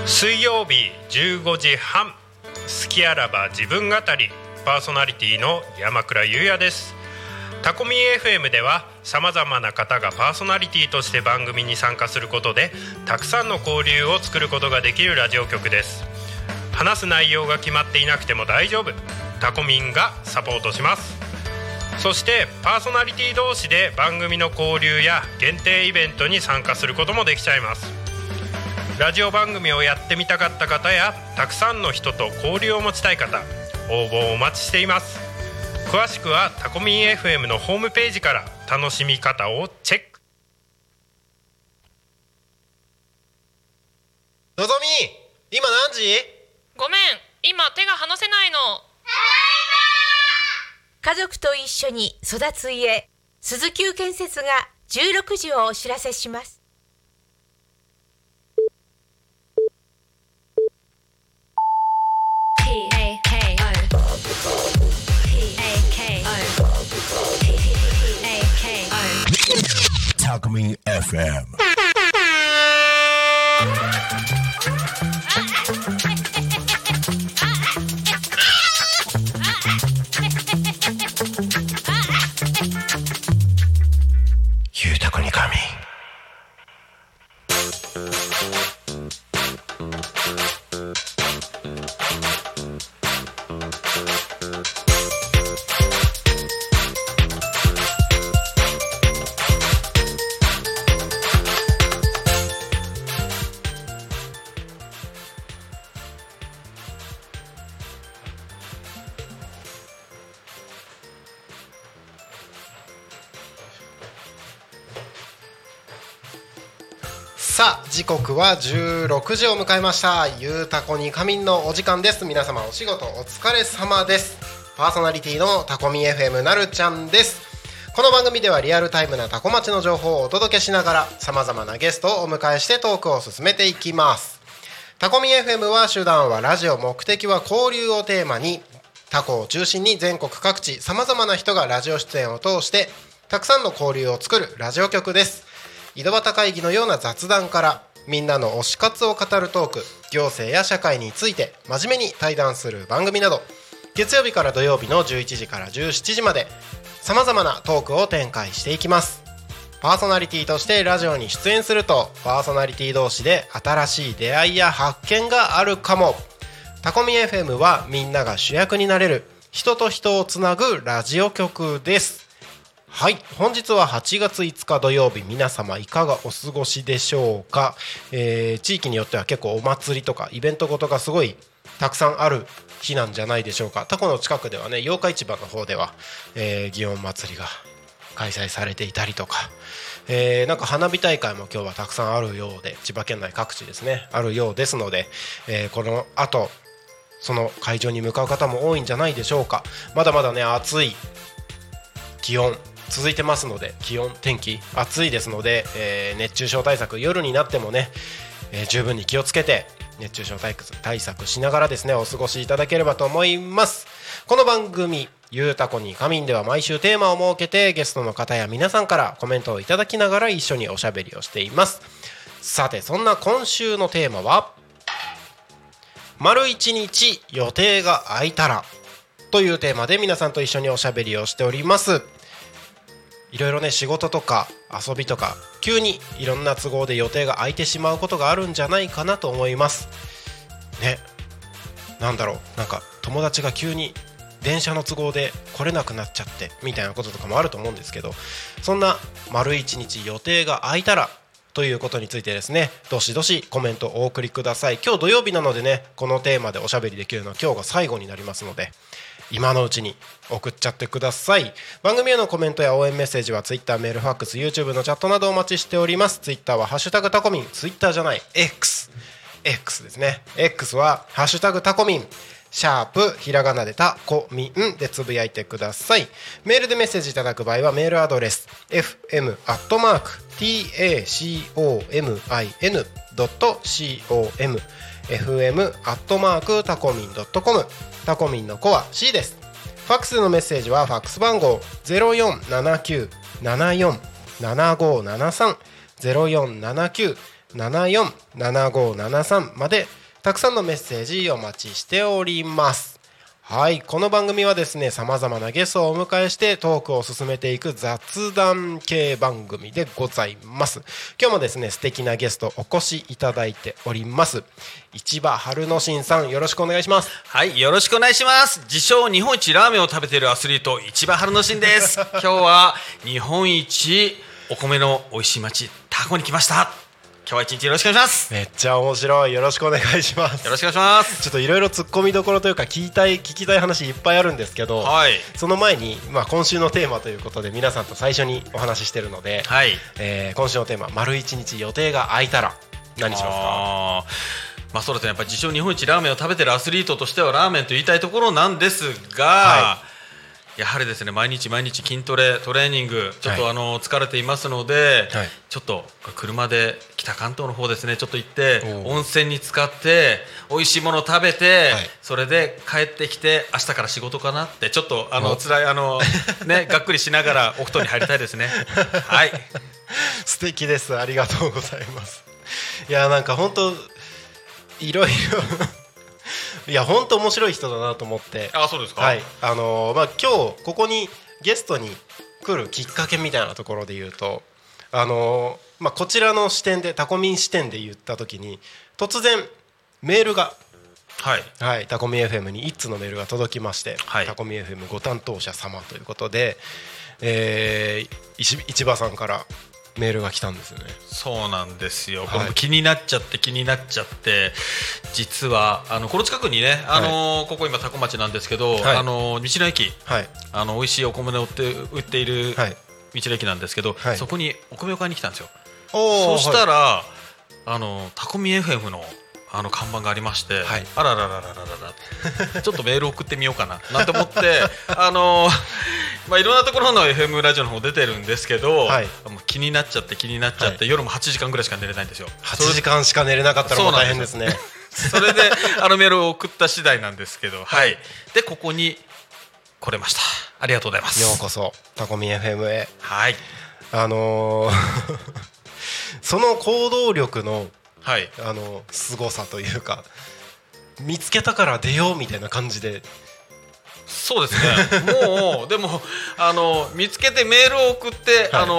水曜日15時半、好きあらば自分語り、パーソナリティの山倉優也です。タコミ FM ではさまざまな方がパーソナリティとして番組に参加することでたくさんの交流を作ることができるラジオ局です。話す内容が決まっていなくても大丈夫、タコミンがサポートします。そしてパーソナリティ同士で番組の交流や限定イベントに参加することもできちゃいます。ラジオ番組をやってみたかった方やたくさんの人と交流を持ちたい方、応募をお待ちしています。詳しくはタコミン FM のホームページから楽しみ方をチェック。 のぞみ、今何時？ ごめん、今手が離せないの。 家族と一緒に育つ家、鈴木建設が16時をお知らせします。 タコミン FM。ゆうたこに神。 さあ、時刻は16時を迎えました。ゆうたこに仮眠のお時間です。皆様お仕事お疲れ様です。パーソナリティのタコミ FM なるちゃんです。この番組ではリアルタイムなタコ町の情報をお届けしながら様々なゲストをお迎えしてトークを進めていきます。タコミ FM は手段はラジオ、目的は交流をテーマに、タコを中心に全国各地様々な人がラジオ出演を通してたくさんの交流を作るラジオ局です。井戸端会議のような雑談からみんなの推し活を語るトーク、行政や社会について真面目に対談する番組など、月曜日から土曜日の11時から17時まで様々なトークを展開していきます。パーソナリティとしてラジオに出演するとパーソナリティ同士で新しい出会いや発見があるかも。タコミ FM はみんなが主役になれる人と人をつなぐラジオ局です。はい、本日は8月5日土曜日、皆様いかがお過ごしでしょうか。地域によっては結構お祭りとかイベントごとがすごいたくさんある日なんじゃないでしょうか。タコの近くではね、八日市場の方では、祇園祭りが開催されていたりとか、なんか花火大会も今日はたくさんあるようで、千葉県内各地ですねあるようですので、この後その会場に向かう方も多いんじゃないでしょうか。まだまだね、暑い気温続いてますので、気温、天気暑いですので、熱中症対策、夜になってもね、十分に気をつけて熱中症対策しながらですね、お過ごしいただければと思います。この番組ゆうたこに仮眠では毎週テーマを設けてゲストの方や皆さんからコメントをいただきながら一緒におしゃべりをしています。さて、そんな今週のテーマは丸一日予定が空いたらというテーマで皆さんと一緒におしゃべりをしております。いろいろね、仕事とか遊びとか急にいろんな都合で予定が空いてしまうことがあるんじゃないかなと思いますね。なんだろう、なんか友達が急に電車の都合で来れなくなっちゃってみたいなこととかもあると思うんですけど、そんな丸一日予定が空いたらということについてですね、どしどしコメントをお送りください。今日土曜日なのでね、このテーマでおしゃべりできるのは今日が最後になりますので、今のうちに送っちゃってください。番組へのコメントや応援メッセージは Twitter、メール、ファックス、YouTube のチャットなどお待ちしております。 Twitter はハッシュタグタコミン、Twitter じゃない X ですね。 X はハッシュタグタコミンシャープひらがなでタコミンでつぶやいてください。メールでメッセージいただく場合はメールアドレス fm@tacomin.com fm@tacomin.com、 タコミンの子は C です。ファックスのメッセージはファックス番号 0479747573 0479 0474747573までたくさんのメッセージお待ちしております。はい、この番組はですね、さまざまなゲストをお迎えしてトークを進めていく雑談系番組でございます。今日もですね、素敵なゲストお越しいただいております。市場春之進さん、よろしくお願いします。 はい、よろしくお願いします。自称日本一ラーメンを食べているアスリート、市場春之進です。今日は日本一お米の美味しい町タコに来ました。今日は一日よろしくお願いします。 めっちゃ面白い、よろしくお願いします。 よろしくお願いします。 ちょっといろいろ突っ込みどころというか聞きたい話いっぱいあるんですけど、 はい、 その前に、今週のテーマということで皆さんと最初にお話ししてるので、 はい、 今週のテーマ、丸一日予定が空いたら何しますか？ そうですね、やっぱり自称日本一ラーメンを食べているアスリートとしてはラーメンと言いたいところなんですが、はい、やはりですね、毎日筋トレトレーニングちょっと疲れていますので、はい、ちょっと車で北関東の方ですね、ちょっと行って温泉に浸かって美味しいものを食べて、はい、それで帰ってきて明日から仕事かなってちょっと辛いねがっくりしながらお布団に入りたいですね。はい、 素敵です、ありがとうございます。いや、なんか本当いろいろいや、本当面白い人だなと思って。 あ、そうですか。 はい、今日ここにゲストに来るきっかけみたいなところで言うと、こちらの視点でタコミン視点で言った時に突然メールが、はいはい、タコミ FM に1通のメールが届きまして、はい、タコミ FM ご担当者様ということで、市場さんからメールが来たんですよね。 そうなんですよ、はい、気になっちゃって実はこの近くにね、はい、ここ今タコ町なんですけど、はい、道の駅、はい、美味しいお米を売っている道の駅なんですけど、はい、そこにお米を買いに来たんですよ。そしたら、はい、タコミ FM の看板がありまして、はい、あららららららちょっとメール送ってみようかななんて思っていろんなところの FM ラジオの方出てるんですけど、はい、もう気になっちゃって、はい、夜も8時間ぐらいしか寝れないんですよ。 8時間しか寝れなかったらもう大変ですね。 それでメールを送った次第なんですけど、はい、でここに来れました。ありがとうございます。 ようこそタコミ FM へ。 はい、 その行動力のはい、 凄さというか、見つけたから出ようみたいな感じで。 そうですねもうでも見つけてメールを送って、はい、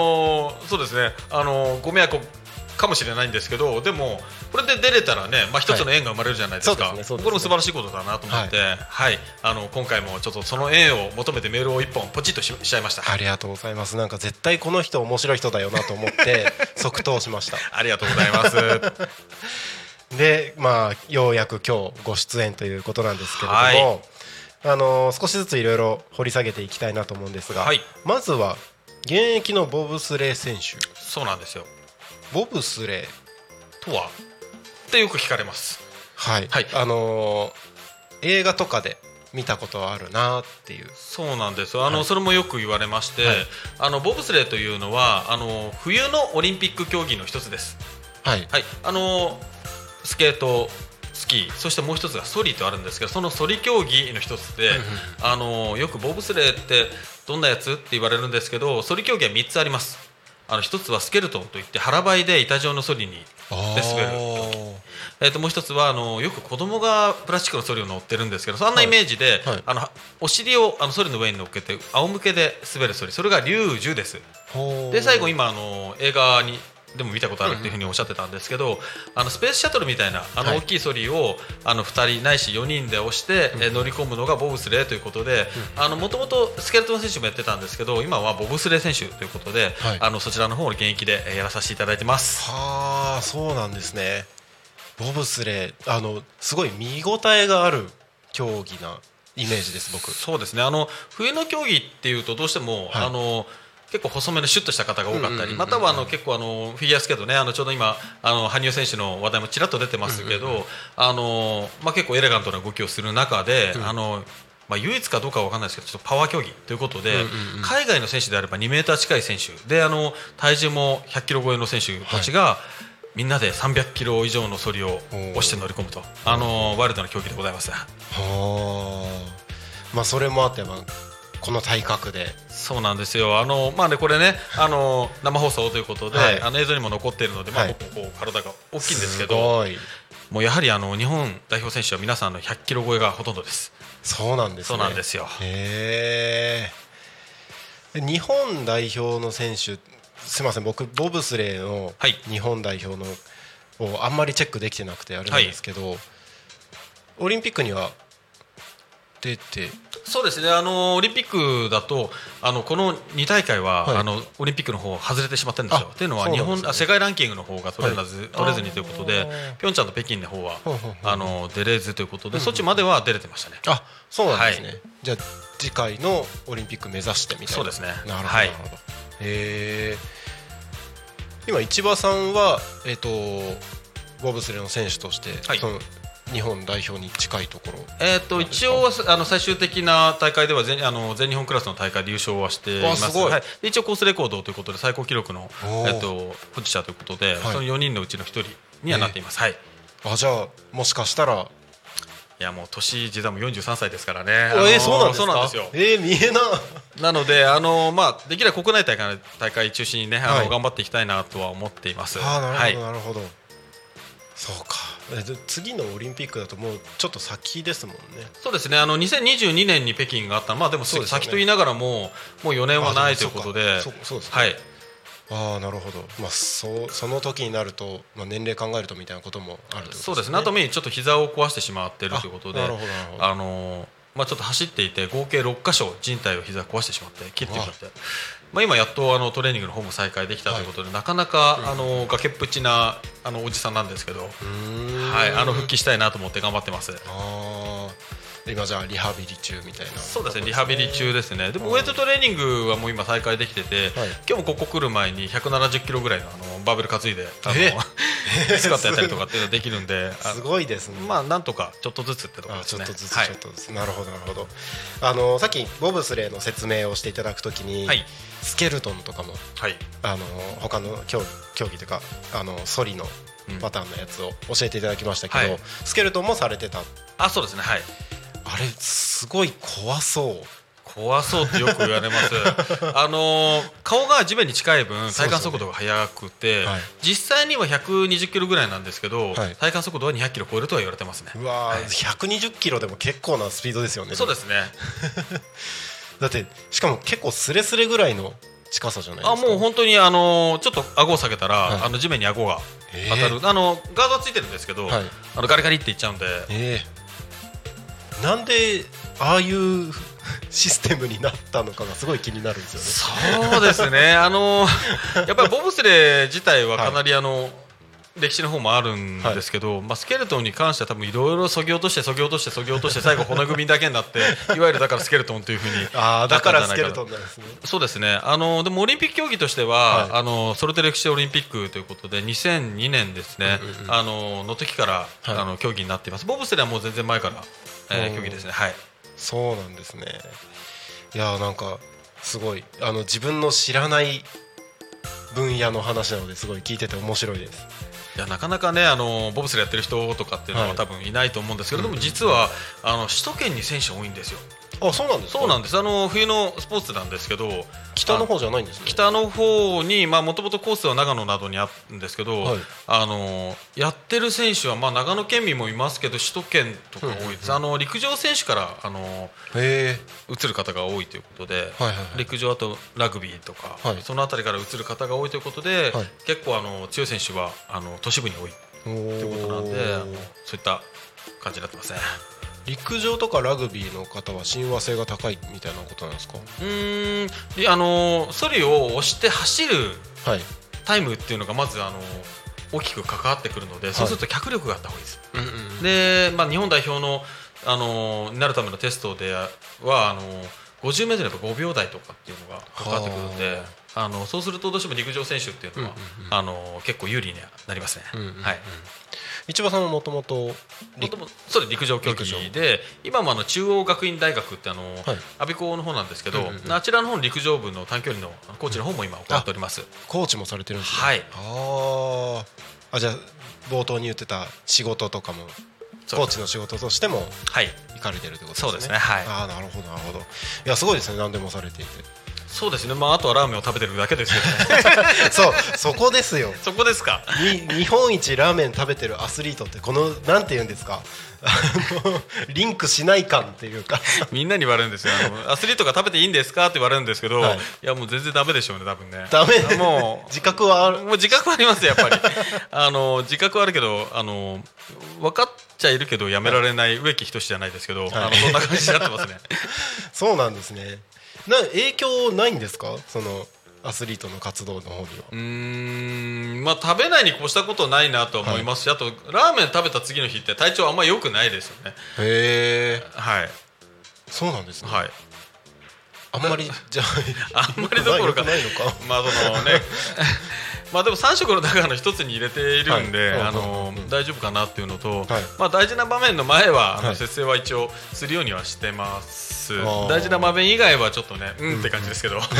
そうですね、ご迷惑かもしれないんですけど、でもこれで出れたらね、一つの縁が生まれるじゃないですか。はい、これも素晴らしいことだなと思って、はいはい、今回もちょっとその縁を求めてメールを1本ポチッと しちゃいました。 ありがとうございます。なんか絶対この人面白い人だよなと思って即答しました。 ありがとうございますで、ようやく今日ご出演ということなんですけれども、はい、少しずついろいろ掘り下げていきたいなと思うんですが、はい、まずは現役のボブスレー選手。 そうなんですよ。 ボブスレーとはってよく聞かれます。 はい、はい、映画とかで見たことはあるなっていう。 そうなんです。はい、それもよく言われまして、はい、ボブスレーというのは冬のオリンピック競技の一つです。はい、はい、スケート、スキー、そしてもう一つがソリとあるんですけど、そのソリ競技の一つで、よくボブスレーってどんなやつって言われるんですけど、ソリ競技は3つあります。一つはスケルトンといって腹ばいで板状のソリにで滑る競技、もう一つはよく子供がプラスチックのソリを乗ってるんですけど、そんなイメージで、はいはい、お尻をソリの上に乗っけて仰向けで滑るソリ、それがリュージュです。で最後今映画にでも見たことあるっていうふうにおっしゃってたんですけど、スペースシャトルみたいな大きいソリを2人ないし4人で押して乗り込むのがボブスレーということで、もともとスケルトン選手もやってたんですけど、今はボブスレー選手ということで、はい、そちらの方を現役でやらさせていただいてます。 はあ、そうなんですね。ボブスレーすごい見応えがある競技なイメージです。僕そうですね、冬の競技っていうとどうしても、はい、結構細めのシュッとした方が多かったり、または結構フィギュアスケートね、ちょうど今羽生選手の話題もちらっと出てますけど、結構エレガントな動きをする中で、唯一かどうかは分かんないですけど、ちょっとパワー競技ということで、海外の選手であれば2メーター近い選手で体重も100キロ超えの選手たちが、はい、みんなで300キロ以上のソリを押して乗り込むとワイルドな競技でございます。 それもあってこの体格で。 そうなんですよ。まあね、これね、生放送ということで、 はい、 映像にも残っているので、まあ、僕もこう体が大きいんですけど、 すごい。 もうやはり日本代表選手は皆さんの100キロ超えがほとんどです。 そうなんですね。 そうなんですよ。 日本代表の選手、すみません、僕ボブスレーの日本代表のをあんまりチェックできてなくてあれなんですけど、オリンピックには出て。 そうですね、オリンピックだとこの2大会は、オリンピックの方外れてしまってるんですよ。というのは世界ランキングの方が取れずにということで、ピョンチャンと北京の方は出れずということで、そっちまでは出れてましたね。 あ、そうなんですね。じゃあ次回のオリンピック目指してみたいな。 そうですね。 なるほど、なるほど。今市場さんはボブスレーの選手として、その日本代表に近いところ、 一応は最終的な大会では全日本クラスの大会で優勝はしています。で一応コースレコードということで最高記録の保持者ということで、その4人のうちの1人にはなっています。 じゃあもしかしたら、 いやもう年実はもう43歳ですからね。 そうなんですか。 そうなんですよ。 見えな。 なのでできれば国内大会中心にね頑張っていきたいなとは思っています。 なるほどなるほど。そうか。次のオリンピックだともうちょっと先ですもんね。 そうですね。2022年に北京があった、まあでも先と言いながらもう4年はないということで、 そうですね。 はい。 なるほど。まあその時になると、まあ年齢考えるとみたいなこともあるということですね。 そうですね。あとちょっと膝を壊してしまっているということで、 なるほどなるほど。 まあちょっと走っていて合計6箇所靭帯を膝壊してしまって切ってしまって。まあ、今やっとトレーニングの方も再開できたということで、なかなか崖っぷちなおじさんなんですけど、復帰したいなと思って頑張ってます。 今じゃあリハビリ中みたいな。 そうですね、リハビリ中ですね。でもウエイトトレーニングはもう今再開できてて、今日もここ来る前に170キロぐらいのバーベル担いでスクワットやったりとかっていうのができるんで、 すごいですね。 まあなんとかちょっとずつってところですね。 ちょっとずつ、ちょっとずつ。なるほどなるほど。さっきボブスレーの説明をしていただくときに、スケルトンとかも、他の競技というかソリのパターンのやつを教えていただきましたけど、スケルトンもされてた。 そうですね。はい。 あれすごい怖そうってよく言われます顔が地面に近い分体感速度が速くて、実際には120キロぐらいなんですけど、体感速度は200キロ超えるとは言われてますね。 うわ、120キロでも結構なスピードですよね。 そうですねだってしかも結構スレスレぐらいの近さじゃないですか。 もう本当にちょっと顎を下げたら、地面に顎が当たる、ガードはついてるんですけど、ガリガリっていっちゃうんで、 なんでああいうシステムになったのかがすごい気になるんですよね。 そうですね。やっぱりボブスレー自体はかなり歴史の方もあるんですけど、スケルトンに関しては多分いろいろ削ぎ落として最後骨組みだけになっていわゆるだからスケルトンというふうにだからスケルトンなんですね。 そうですね。でもオリンピック競技としては、ソルトレークシティオリンピックということで2002年ですね、の時から競技になっています。ボブスレーはもう全然前から競技ですね。 そうなんですね。いやなんかすごい自分の知らない分野の話なのですごい聞いてて面白いです。 いやなかなかねボブスレーやってる人とかっていうのは多分いないと思うんですけれども、実は首都圏に選手多いんですよ。 そうなんですか。 そうなんです。冬のスポーツなんですけど、 北の方じゃないんですね。 北の方にもともとコースは長野などにあるんですけど、やってる選手は長野県民もいますけど首都圏とか多いです。陸上選手から移る方が多いということで、陸上あとラグビーとか、そのあたりから移る方が多いということで、結構強い選手は都市部に多いということなんで、そういった感じになってますね。 陸上とかラグビーの方は親和性が高いみたいなことなんですか。 ソリを押して走るタイムっていうのがまず大きく関わってくるので、そうすると脚力があった方がいいです。で、日本代表のになるためのテストでは50m で5秒台とかっていうのが関わってくるので、そうするとどうしても陸上選手っていうのは、結構有利になりますね。 市場さんはもともとそうです陸上競技で、今も中央学院大学って我孫子の方なんですけど、あちらの方の陸上部の短距離のコーチの方も今行っております。 コーチもされてるんですね。じゃあ冒頭に言ってた仕事とかもコーチの仕事としてもはい行かれてるってことですね。 そうですね、はい。 ああ、なるほどなるほど。いや、すごいですね、何でもされていて。 そうですね、まあ、あとはラーメンを食べてるだけですよねそこですよ。 そこですか。 日本一ラーメン食べてるアスリートってこのなんて言うんですかリンクしない感っていうかみんなに言われるんですよ。アスリートが食べていいんですかって言われるんですけど、 はい、 いやもう全然ダメでしょうね、多分ね。 ダメもう自覚はある。 もう自覚はありますやっぱり自覚はあるけど分かっちゃいるけどやめられない植木仁じゃないですけど、そんな感じになってますねそうなんですね。影響ないんですか、そのアスリートの活動の方には。 まあ食べないに越したことないなと思いますし、あとラーメン食べた次の日って体調あんま良くないですよね。 へえ。 はい、 そうなんですね。 はい、 あんまりじゃあんまりどころかないのかまあそのねまあでも3食の中の1つに入れているんで、大丈夫かなっていうのと、まあ大事な場面の前は節制は一応するようにはしてます。大事な場面以外はちょっとねって感じですけど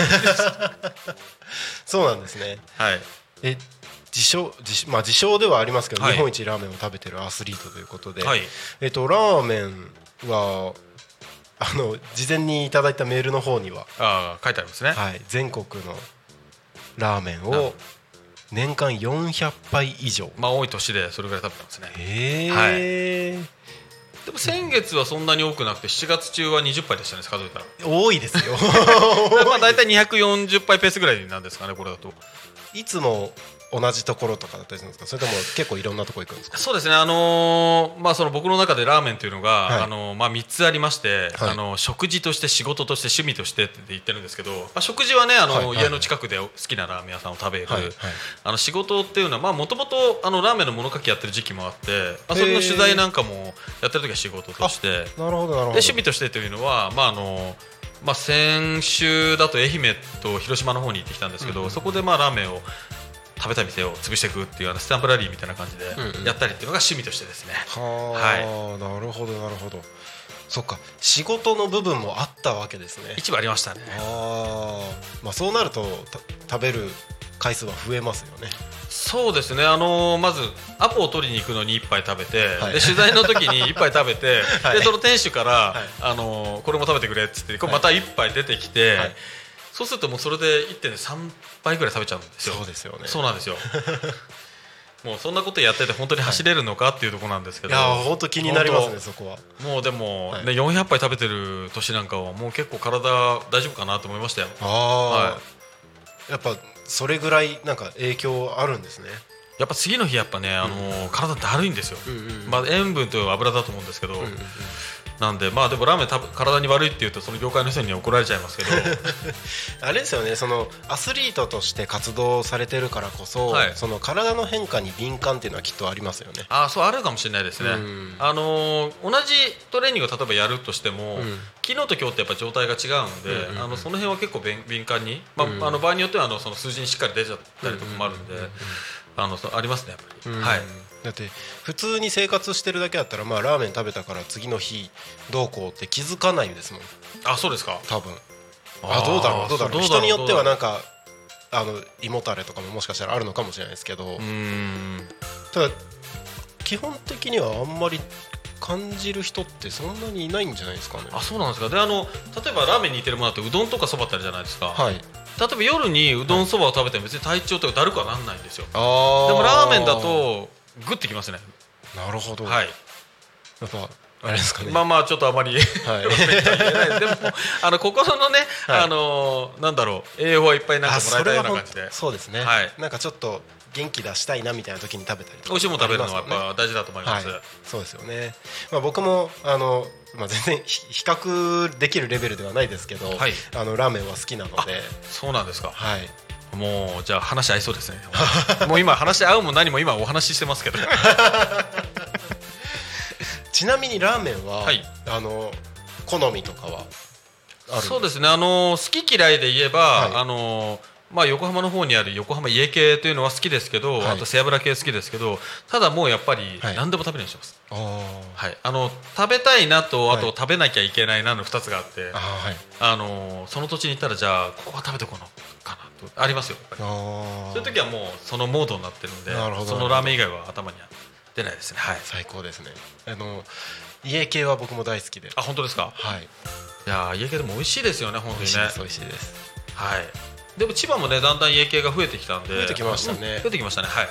そうなんですね。 はい。 自称ではありますけど、 はい、 日本一ラーメンを食べてるアスリートということで、 はい、 ラーメンは事前にいただいたメールの方には書いてありますね。 はい、全国のラーメンを年間400杯以上、 まあ多い年でそれぐらい食べてますね。 はい、 でも先月はそんなに多くなくて7月中は20杯でしたね、数えたら。 多いですよまあ大体240杯ペースぐらいなんですかね、これだと。 いつも同じところとかだったりするんですか、それとも結構いろんなところ行くんですか。 そうですね、まあ、その僕の中でラーメンというのが、 はい、 まあ、3つありまして、 はい、 食事として仕事として趣味としてって言ってるんですけど、まあ、食事はね家の近くで好きなラーメン屋さんを食べる、はいはい、仕事っていうのはもともとラーメンの物書きやってる時期もあって、まあ、それの取材なんかもやってる時は仕事として、 なるほどなるほど。 で趣味としてというのは、まあ先週だと愛媛と広島の方に行ってきたんですけど、そこでまあラーメンを食べた店を潰していくっていうスタンプラリーみたいな感じでやったりっていうのが趣味としてですね。 はい、なるほどなるほど。そっか、仕事の部分もあったわけですね。 一部ありましたね。 まあ、そうなると食べる回数は増えますよね。 そうですね、まずアポを取りに行くのに1杯食べて、はい、で取材の時に1杯食べて、はい、でその店主から、はい、これも食べてくれって言って、また1杯出てきて、はい、そうするともうそれで 1.3 杯ぐらい食べちゃうんですよ。 そうですよね。 そうなんですよもうそんなことやってて本当に走れるのかっていうところなんですけど、 いや本当気になりますね、そこは。 もうでも、ね、400杯食べてる年なんかはもう結構体大丈夫かなと思いましたよ。 はい、やっぱそれぐらいなんか影響あるんですね。 やっぱ次の日やっぱね、体だるいんですよ。まあ、塩分と油だと思うんですけど、なんでまあでもラーメン体に悪いっていうとその業界の人には怒られちゃいますけどあれですよね、そのアスリートとして活動されてるからこそ、はい、その体の変化に敏感っていうのはきっとありますよね。 そうあるかもしれないですね。同じトレーニングを例えばやるとしても、昨日と今日ってやっぱ状態が違うんで、その辺は結構敏感に、まあ場合によってはその数字にしっかり出ちゃったりとかもあるんで、ありますねやっぱり。はい、 だって普通に生活してるだけだったら、まあラーメン食べたから次の日どうこうって気づかないですもん。 そうですか。 多分どうだろう人によってはなんか胃もたれとかももしかしたらあるのかもしれないですけど、ただ基本的にはあんまり感じる人ってそんなにいないんじゃないですかね。 そうなんですか。で例えばラーメンに似てるものだとうどんとかそばってあるじゃないですか。はい、例えば夜にうどんそばを食べても別に体調とかだるくはなんないんですよ。でもラーメンだとグッてきますね。なるほど。はい。 やっぱあれですかね。 まあちょっとあまり、はい、でも心のね、なんだろう、栄養はいっぱいなんかもらえたような感じで。 そうですね。はい。なんかちょっと元気出したいなみたいな時に食べたりとか、 美味しいもの食べるのはやっぱ大事だと思います。 そうですよね。まあ僕もまあ全然比較できるレベルではないですけど、ラーメンは好きなので。 そうなんですか。 はい。 もうじゃあ話合いそうですねもう今話合うも何も今お話ししてますけどちなみにラーメンは、はい、好みとかはある？ そうですね、好き嫌いで言えば、はい、まあ、横浜の方にある横浜家系というのは好きですけど、はい、あと背脂系好きですけど、ただもうやっぱり何でも食べるようにしてます。はい、食べたいなと、あと食べなきゃいけないなの2つがあって、はい、その土地に行ったらじゃあここは食べてこのかなとありますよ。やっぱりそういう時はもうそのモードになってるんで、そのラーメン以外は頭に出ないですね。はい、 最高ですね。家系は僕も大好きで。 あ、本当ですか。 はい。 いや家系でも美味しいですよね、本当にね。 美味しいです。 はい。でも千葉もね、だんだん家系が増えてきたんで。 増えてきましたね。 増えてきましたね。はい。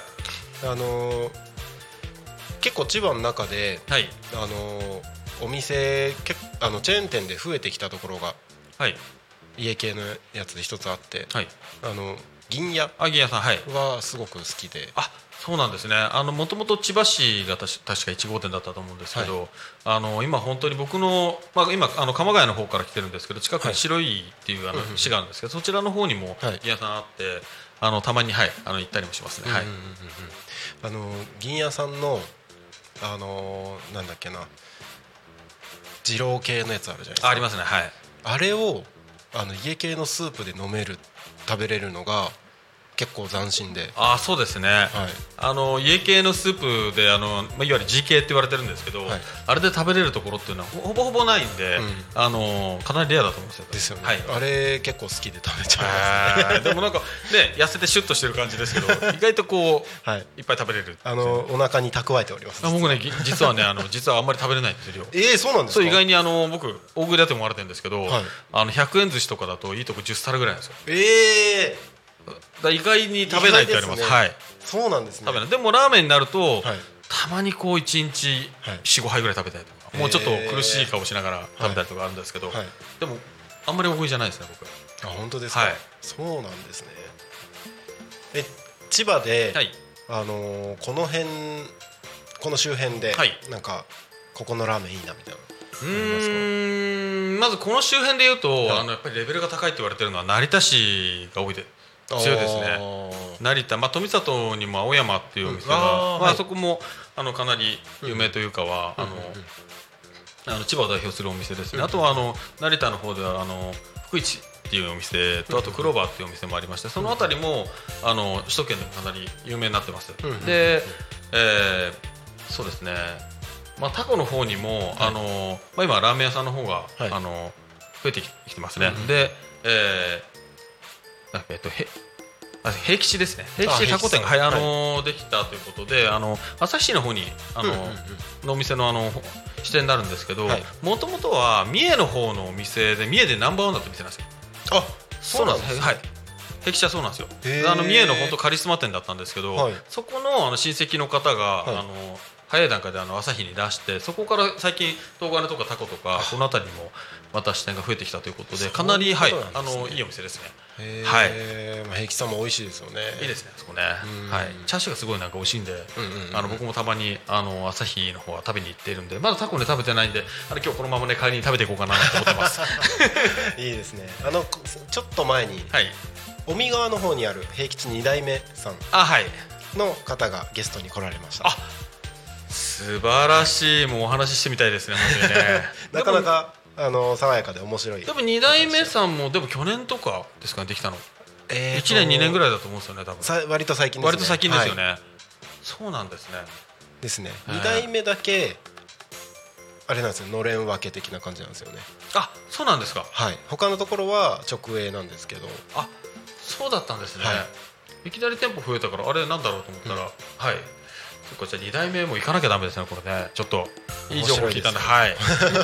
結構千葉の中で、 はい、 お店チェーン店で増えてきたところが、 はい、 家系のやつで一つあって、 はい、 銀屋さん、はい、 はすごく好きで。 あ、そうなんですね。もともと千葉市が確か1号店だったと思うんですけど、はい、今本当に僕の、今鎌ヶ谷の方から来てるんですけど、近くに白井っていう市があるんですけど、そちらの方にも銀屋さんあって、たまに、はい、行ったりもしますね。はい。 銀屋さんのなんだっけな、二郎系のやつあるじゃないですか。 ありますね。はい。 あれを家系のスープで食べれるのが結構斬新で。 あ、そうですね。はい、家系のスープでいわゆる G 系って言われてるんですけど、はい、あれで食べれるところっていうのはほぼほぼないんで、かなりレアだと思うんですよ。 ですよね。 はい、 あれ結構好きで食べちゃいますね。 でもなんかね、痩せてシュッとしてる感じですけど、意外とこう、はい、いっぱい食べれる。 お腹に蓄えております。 僕ね、実はね、実はあんまり食べれないんですよ。 そうなんですか。 そう、意外に僕大食いだと思われてるんですけど、はい、100円寿司とかだといいとこ10皿ぐらいなんですよ。意外に食べないって言われます。はい。 そうなんですね。 食べない。でもラーメンになると、はい、たまにこう1日 4,5 杯ぐらい食べたりとか、もうちょっと苦しい顔しながら食べたりとかあるんですけど、はい、でもあんまり大食いじゃないですね、僕。 あ、本当ですか。はい、そうなんですね。千葉で、はい、この周辺で、はい、なんかここのラーメンいいなみたいな。 まずこの周辺でいうと、はい、やっぱりレベルが高いって言われてるのは成田市が多いで。強いですね。成田、富里にも青山っていうお店が、あそこもかなり有名というかは、千葉を代表するお店ですね。あとは成田の方では福一っていうお店と、あとクローバーっていうお店もありまして、そのあたりも首都圏でかなり有名になってます。で、そうですね。タコの方にも今ラーメン屋さんの方が増えてきてますね。で、平吉ですね。平吉タコ店が、はい、できたということで、旭市の方にのお店の支店になるんですけど、もともとは三重の方のお店で、三重でナンバーワンだった店なんですよ。 あ、そうなんですね。 はい。平吉はそうなんですよ。三重の本当カリスマ店だったんですけど、はい、そこの親戚の方が、はい、早い段階で朝日に出して、そこから最近東金とかタコとかこの辺りにもまた支店が増えてきたということで、かなり、はい、いいお店ですね。 はい。平吉さんも美味しいですよね。 いいですね、そこね。はい。チャーシューがすごいなんか美味しいんで、僕もたまに朝日の方は食べに行っているんで、まだタコね食べてないんで、今日このままね帰りに食べていこうかなと思ってます。 いいですね。ちょっと前に、はい、尾身川の方にある平吉2代目さんの方がゲストに来られました。 素晴らしい。もうお話ししてみたいですね、本当にね。 なかなか爽やかで面白い。 でも2代目さんもでも去年とかですかね、できたの。1年2年ぐらいだと思うんですよね、多分。 割と最近ですね。 割と最近ですよね。はい、そうなんですね。 ですね。2代目だけあれなんですよ、のれん分け的な感じなんですよね。 あ、そうなんですか。 はい。他のところは直営なんですけど。 あ、そうだったんですね。はい、いきなり店舗増えたから、あれなんだろうと思ったら、はい。そっか、じゃあ2代目も行かなきゃダメですね、これね。ちょっといい情報聞いたんで、はい。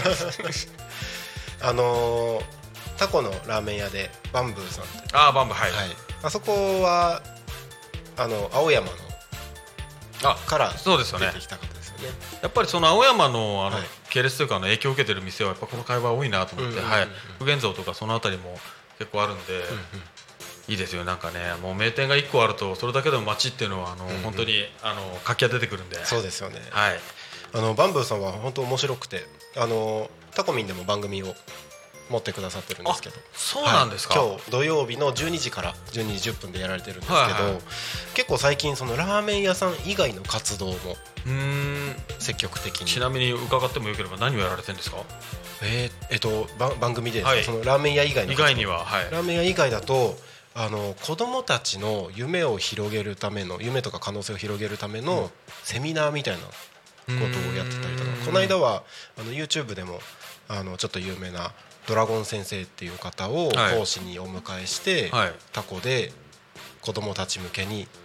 タコのラーメン屋でバンブーさんって。 バンブー、はい。 あそこは青山のからそうですよね。 出てきた方ですよね。 やっぱりその青山の系列というか影響を受けてる店はやっぱこの会話多いなと思って、はい。普賢蔵とかそのあたりも結構あるんで。いいですよ。なんかね、もう名店が1個あるとそれだけでも街っていうのは本当に活気が出てくるんで。 そうですよね。 はい。 バンブーさんは本当面白くて、タコミンでも番組を持ってくださってるんですけど。 そうなんですか。 今日土曜日の12時から12時10分でやられてるんですけど、結構最近そのラーメン屋さん以外の活動も積極的に。 ちなみに伺ってもよければ何をやられてるんですか。 番組でそのラーメン屋以外の活動。以外には、 ラーメン屋以外だと子どもたちの夢を広げるための、夢とか可能性を広げるためのセミナーみたいなことをやってたりとか、この間はYouTube でもちょっと有名なドラゴン先生っていう方を講師にお迎えして、タコで子どもたち向けに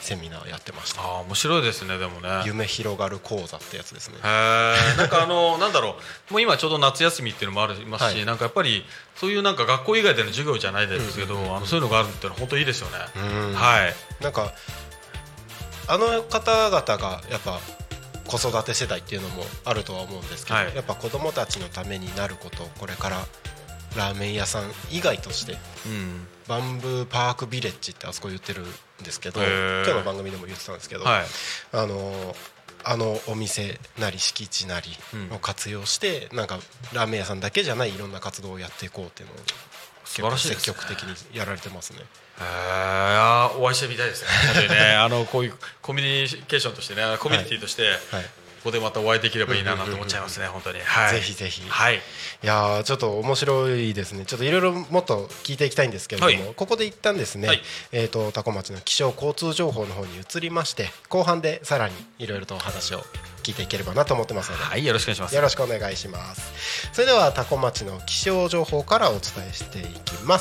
セミナーやってました。 面白いですね。でもね、 夢広がる講座ってやつですね。 なんかなんだろう、もう今ちょうど夏休みっていうのもありますし、なんかやっぱりそういうなんか学校以外での授業じゃないですけど、そういうのがあるっていうのは本当にいいですよね。はい。 なんかあの方々がやっぱ子育て世代っていうのもあるとは思うんですけど、やっぱ子どもたちのためになることをこれからラーメン屋さん以外として、バンブーパークビレッジってあそこ言ってるんですけど、今日の番組でも言ってたんですけど、あのお店なり敷地なりを活用して、なんかラーメン屋さんだけじゃないいろんな活動をやっていこうっていうのを素晴らしいですね。 積極的にやられてますね。 お会いしてみたいですね。本当にね、こういうコミュニケーションとしてね、コミュニティとして、ここでまたお会いできればいいなと思っちゃいますね。本当に、 ぜひぜひ。いやちょっと面白いですね。ちょっといろいろもっと聞いていきたいんですけれども、ここで一旦ですね、多古町の気象交通情報の方に移りまして、後半でさらにいろいろとお話を聞いていければなと思ってますので、 よろしくお願いします。 よろしくお願いします。それでは多古町の気象情報からお伝えしていきます。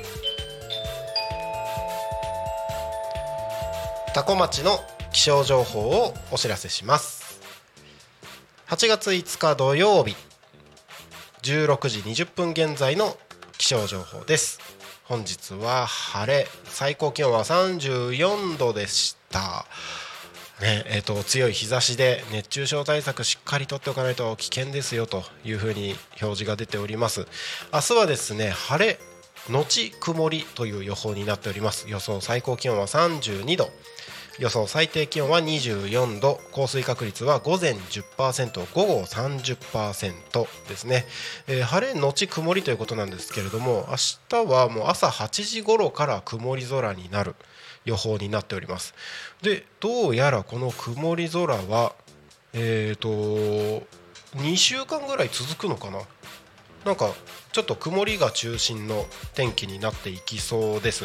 多古町の気象情報をお知らせします。8月5日土曜日16時20分現在の気象情報です。本日は晴れ、最高気温は34度でしたね。強い日差しで熱中症対策しっかりとっておかないと危険ですよというふうに表示が出ております。明日はですね、晴れのち曇りという予報になっております。予想最高気温は32度、予想最低気温は24度、降水確率は午前 10%、午後 30% ですね。晴れのち曇りということなんですけれども、明日はもう朝8時頃から曇り空になる予報になっております。で、どうやらこの曇り空は2週間ぐらい続くのかな。なんかちょっと曇りが中心の天気になっていきそうです。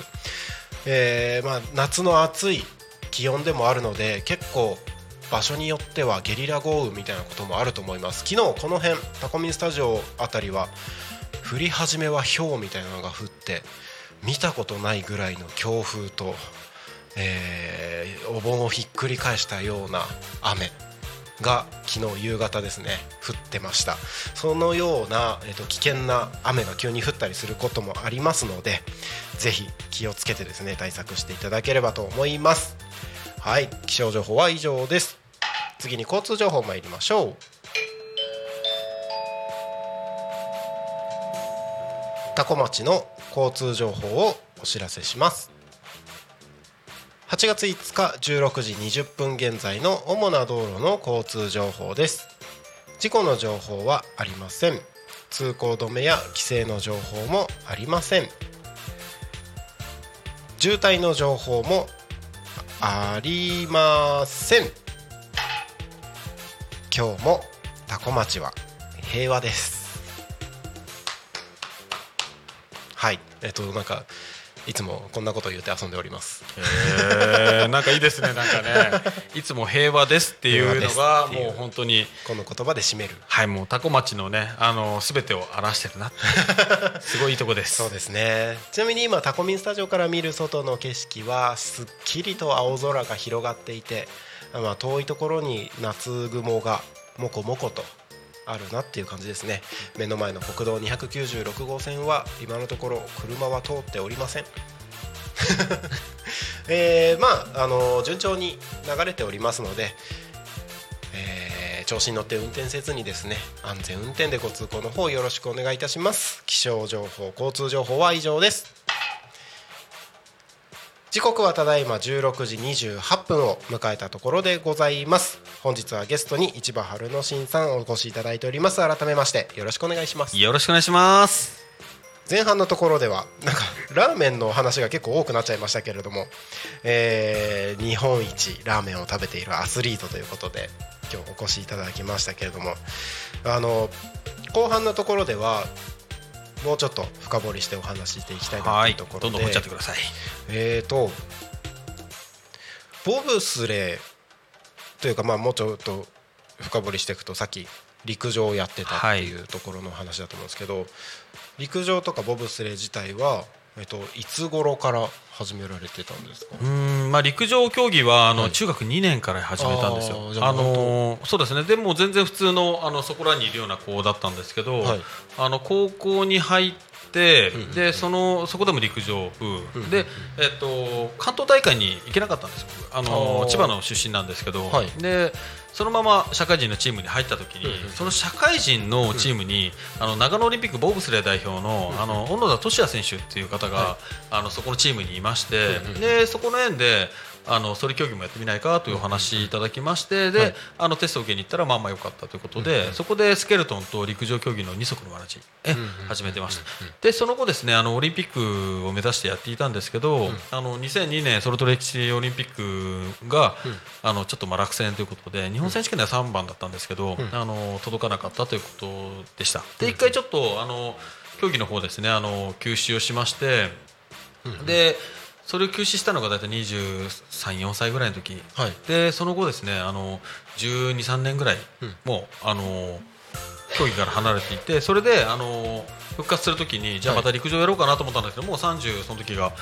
夏の暑い気温でもあるので、結構場所によってはゲリラ豪雨みたいなこともあると思います。昨日この辺タコミンスタジオあたりは降り始めは氷みたいなのが降って、見たことないぐらいの強風と、お盆をひっくり返したような雨が昨日夕方ですね、降ってました。そのような、危険な雨が急に降ったりすることもありますので、ぜひ気をつけてですね、対策していただければと思います。はい、気象情報は以上です。次に交通情報参りましょう。多古町の交通情報をお知らせします。8月5日16時20分現在の主な道路の交通情報です。事故の情報はありません。通行止めや規制の情報もありません。渋滞の情報もありません。今日も多古町は平和です。はい、なんかいつもこんなことを言って遊んでおります。 なんかいいですね。なんかね、いつも平和ですっていうのがもう本当にこの言葉で締める。 はい、もう多古町のね、全てを表してるな。すごいいいとこです。 そうですね。ちなみに今タコミンスタジオから見る外の景色はすっきりと青空が広がっていて、遠いところに夏雲がもこもことあるなっていう感じですね。目の前の国道296号線は今のところ車は通っておりません。順調に流れておりますので、調子に乗って運転せずにですね、安全運転でご通行の方よろしくお願いいたします。気象情報、交通情報は以上です。時刻はただいま16時28分を迎えたところでございます。本日はゲストに市場春之進さんお越しいただいております。改めましてよろしくお願いします。 よろしくお願いします。 前半のところではなんかラーメンの話が結構多くなっちゃいましたけれども、日本一ラーメンを食べているアスリートということで今日お越しいただきましたけれども、後半のところではもうちょっと深掘りしてお話ししていきたいなというところで、 どんどん掘っちゃってください。 ボブスレーというか、もうちょっと深掘りしていくと、さっき陸上をやってたっていうところの話だと思うんですけど、陸上とかボブスレー自体はいつ頃から始められてたんですか？ 陸上競技は中学2年から始めたんですよ。そうですね。でも全然普通のそこらにいるような子だったんですけど、高校に入ってでそこでも陸上部で、関東大会に行けなかったんですよ。千葉の出身なんですけど、でそのまま社会人のチームに入った時に、その社会人のチームに長野オリンピックボブスレー代表の小野田俊也選手っていう方がそこのチームにいまして、でそこの縁でそれ競技もやってみないかというお話いただきまして、でテストを受けに行ったらまあ良かったということで、そこでスケルトンと陸上競技の二足のわらじ始めてました。でその後ですねオリンピックを目指してやっていたんですけど、2002年ソルトレークシティオリンピックがちょっと落選ということで日本選手権では3番だったんですけど、届かなかったということでした。で一回ちょっと競技の方ですね休止をしまして、でそれを休止したのが大体23、4歳ぐらいの時、でその後ですね12、3年ぐらいもう競技から離れていて、それで復活する時にじゃあまた陸上やろうかなと思ったんですけど、もう30その時が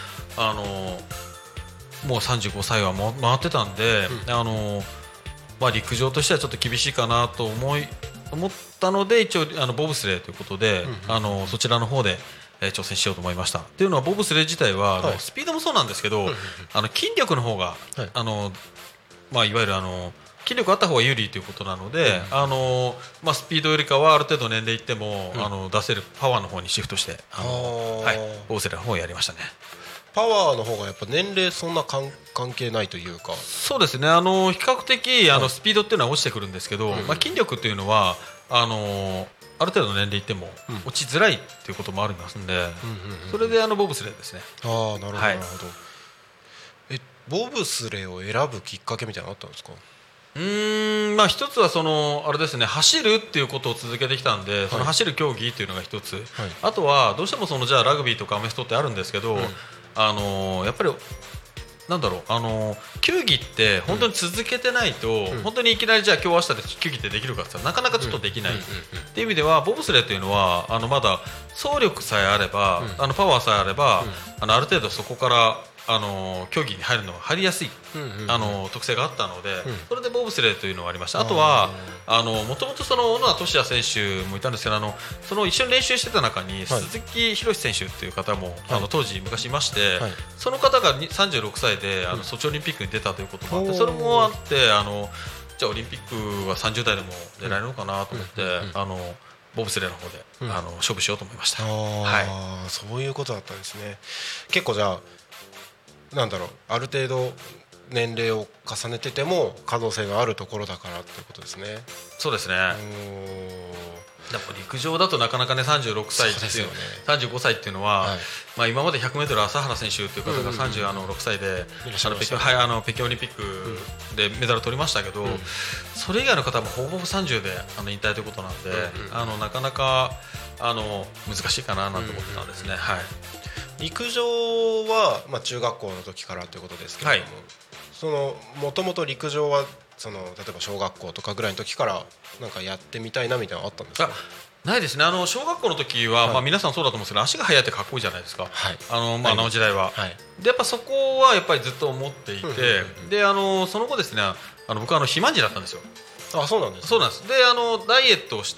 もう35歳は回ってたんで、陸上としてはちょっと厳しいかなと思ったので、一応ボブスレーということでそちらの方で挑戦しようと思いました。っていうのはボブスレー自体はスピードもそうなんですけど、筋力の方がいわゆる筋力あった方が有利ということなので、スピードよりかはある程度年齢いっても出せるパワーの方にシフトしてボブスレーの方をやりましたね。 パワーの方がやっぱ年齢そんな関係ないというか。 そうですね。比較的スピードっていうのは落ちてくるんですけど、筋力っていうのはある程度の年齢いっても落ちづらいっていうこともありますんで、それでボブスレーですね。 なるほど、なるほど。ボブスレーを選ぶきっかけみたいなのあったんですか？ 一つはあれですね、走るっていうことを続けてきたんで、その走る競技っていうのが一つ、あとはどうしてもじゃあラグビーとかアメフトってあるんですけど、やっぱりなんだろう、球技って本当に続けてないと、本当にいきなりじゃあ今日明日で球技ってできるかって言ったらなかなかちょっとできないっていう意味では、ボブスレーというのはまだ走力さえあれば、パワーさえあれば、ある程度そこから競技に入るのが入りやすい特性があったので、それでボブスレーというのがありました。あとはもともと小野田俊也選手もいたんですけど、その一緒に練習してた中に鈴木宏選手という方も当時昔いまして、その方が36歳でソチオリンピックに出たということもあって、それもあってじゃあオリンピックは30代でも出られるのかなと思って、ボブスレーの方で勝負しようと思いました。 そういうことだったんですね。結構じゃあなんだろう、ある程度年齢を重ねてても可能性があるところだからっていうことですね。 そうですね。でも陸上だとなかなかね、36歳っていう、35歳っていうのは、今まで 100m 朝原選手という方が36歳で北京オリンピックでメダル取りましたけど、それ以外の方もほぼほぼ30で引退ということなんで、なかなか難しいかななんて思ってたんですね。 陸上は中学校の時からということですけれども、もともと陸上は例えば小学校とかぐらいの時からなんかやってみたいなみたいなのあったんですか？ ないですね。小学校の時は、皆さんそうだと思うんですけど、足が速いってかっこいいじゃないですか、の時代は、でやっぱそこはやっぱりずっと思っていて、でその後ですね、僕は肥満児だったんですよ。 そうなんです。 そうなんです。でダイエットをして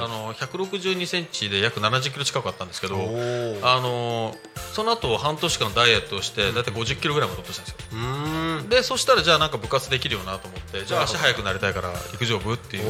、162センチで約70キロ近くあったんですけど、その後半年間ダイエットをしてだいたい50キロぐらいまで落としたんですよ。でそしたらじゃあなんか部活できるよなと思って、じゃあ足速くなりたいから陸上部っていう。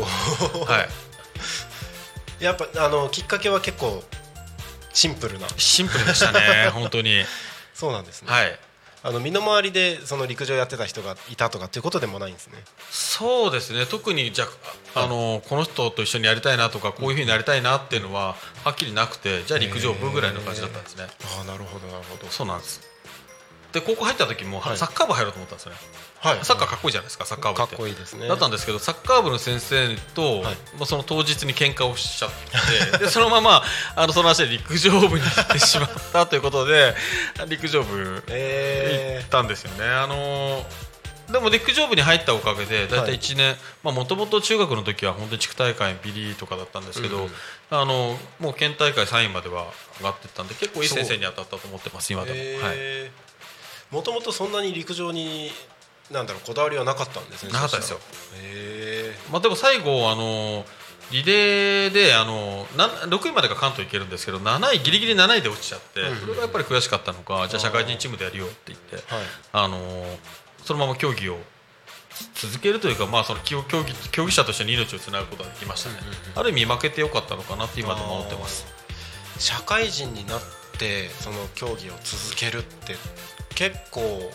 やっぱきっかけは結構シンプルでしたね本当に。 そうなんですね。身の回りで陸上やってた人がいたとかっていうことでもないんですね。 そうですね。特にじゃこの人と一緒にやりたいなとかこういうふうになりたいなっていうのははっきりなくて、じゃあ陸上部ぐらいの感じだったんですね。 なるほどなるほど。 そうなんです。で高校入った時もサッカー部入ろうと思ったんですよね。サッカーかっこいいじゃないですか、サッカー部って。 かっこいいですね。 だったんですけど、サッカー部の先生と、その当日に喧嘩をしちゃってでそのままその足で陸上部に行ってしまったということで陸上部行ったんですよね。 でも陸上部に入ったおかげでだいたい1年、もともと中学の時は本当に地区大会ビリとかだったんですけど、もう県大会3位までは上がっていったんで結構いい先生に当たったと思ってます今でも。 もともとそんなに陸上にこだわりはなかったんですね。 なかったですよ。でも最後リレーで6位までが関東行けるんですけど7位ギリギリ7位で落ちちゃって、それがやっぱり悔しかったのか、じゃあ社会人チームでやるよって言って、そのまま競技を続けるというか、その競技者としての命をつなぐことができましたね。ある意味負けてよかったのかなって今でも思ってます。 社会人になってその競技を続けるって結構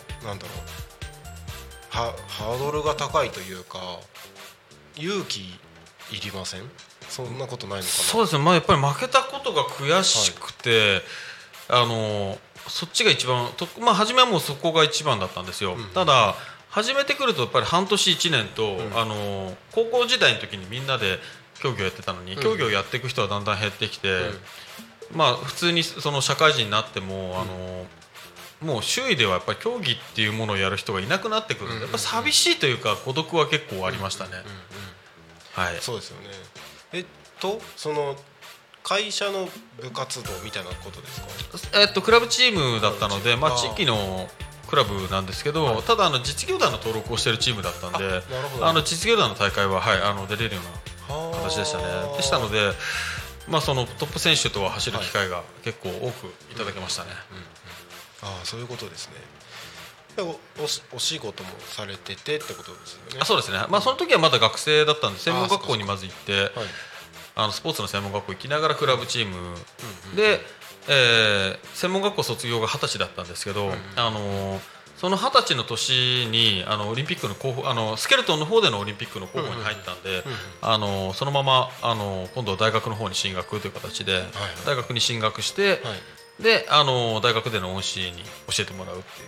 ハードルが高いというか勇気いりません？そんなことないのかな。 そうですね、やっぱり負けたことが悔しくて、そっちが一番初めはもうそこが一番だったんですよ。ただ始めてくるとやっぱり半年1年と、高校時代の時にみんなで競技をやってたのに、競技をやっていく人はだんだん減ってきて、普通にその社会人になってももう周囲ではやっぱり競技っていうものをやる人がいなくなってくるので、やっぱ寂しいというか孤独は結構ありましたね。 そうですよね。その会社の部活動みたいなことですか？ クラブチームだったので、地域のクラブなんですけど、ただ実業団の登録をしているチームだったんで、実業団の大会は、出れるような形でしたね。でしたので、そのトップ選手とは走る機会が結構多くいただけましたね。 そういうことですね。お仕事もされててってことですよね。 そうですね。その時はまだ学生だったんで専門学校にまず行って、スポーツの専門学校行きながらクラブチームで、専門学校卒業が20歳だったんですけど、その20歳の年にオリンピックの候補スケルトンの方でのオリンピックの候補に入ったんで、そのまま今度は大学の方に進学という形で、大学に進学して、で大学での恩師に教えてもらうっていう、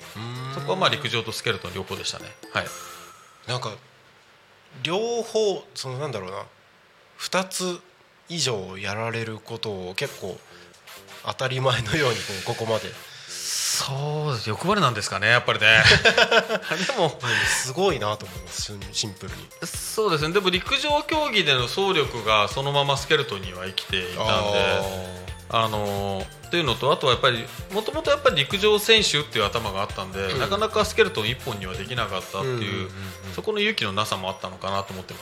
そこは陸上とスケルトン両方でしたね。 両方2つ以上やられることを結構当たり前のようにここまで。 そうです、欲張りなんですかね、やっぱりね。でもすごいなと思います、シンプルに。 そうですね。でも陸上競技での走力がそのままスケルトンには生きていたんで、っていうのと、あとはやっぱりもともと陸上選手っていう頭があったんで、なかなかスケルトン1本にはできなかったっていう、そこの勇気のなさもあったのかなと思ってます。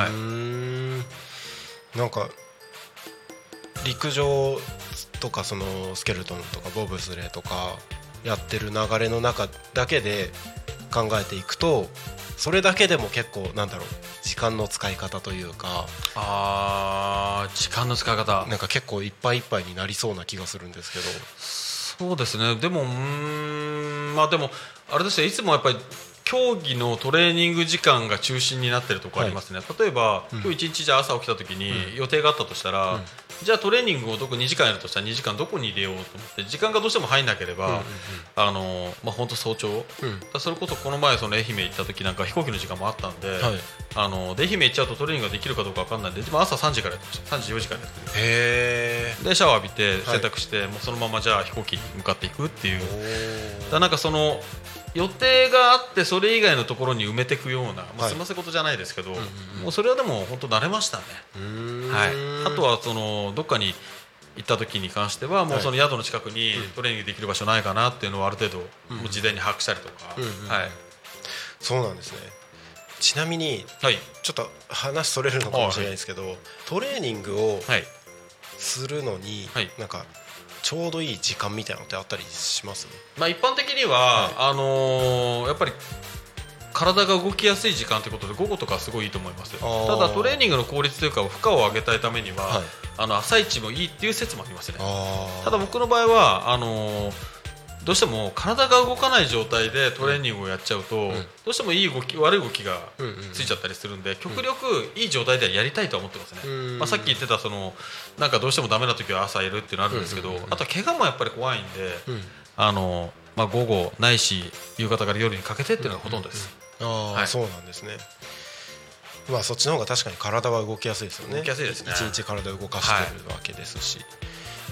陸上とかそのスケルトンとかボブスレーとかやってる流れの中だけで考えていくと、それだけでも結構時間の使い方というか、 時間の使い方結構いっぱいいっぱいになりそうな気がするんですけど。 そうですね。でもでもあれですよ、いつもやっぱり競技のトレーニング時間が中心になってるところありますね。例えば、今日一日じゃ朝起きた時に予定があったとしたら、じゃあトレーニングを2時間やるとしたら2時間どこに入れようと思って、時間がどうしても入んなければ、本当早朝、それこそこの前愛媛行った時飛行機の時間もあったんで、愛媛行っちゃうとトレーニングができるかどうか分かんないんで、朝3時からやってました。3時4時からやってる。でシャワー浴びて洗濯して、もうそのままじゃあ飛行機に向かっていくっていう。その予定があってそれ以外のところに埋めていくような、済ませ事じゃないですけど、もうそれはでも本当慣れましたね。あとはどっかに行った時に関しては、もうその宿の近くにトレーニングできる場所ないかなっていうのをある程度もう事前に把握したりとか。 そうなんですね。ちなみに、ちょっと話それるのかもしれないですけど、トレーニングをするのにちょうどいい時間みたいなのってあったりします？ 一般的には、やっぱり体が動きやすい時間ということで午後とかすごいいいと思います。ただトレーニングの効率というか負荷を上げたいためには、朝一もいいっていう説もありますね。ただ僕の場合はどうしても体が動かない状態でトレーニングをやっちゃうと、どうしてもいい動き悪い動きがついちゃったりするんで、極力いい状態ではやりたいとは思ってますね。さっき言ってたどうしてもダメな時は朝やるっていうのあるんですけど、あとは怪我もやっぱり怖いんで、午後ないし夕方から夜にかけてっていうのがほとんどです。 そうなんですね。そっちの方が確かに体は動きやすいですよね。 動きやすいですね。 一日体を動かしてるわけですし、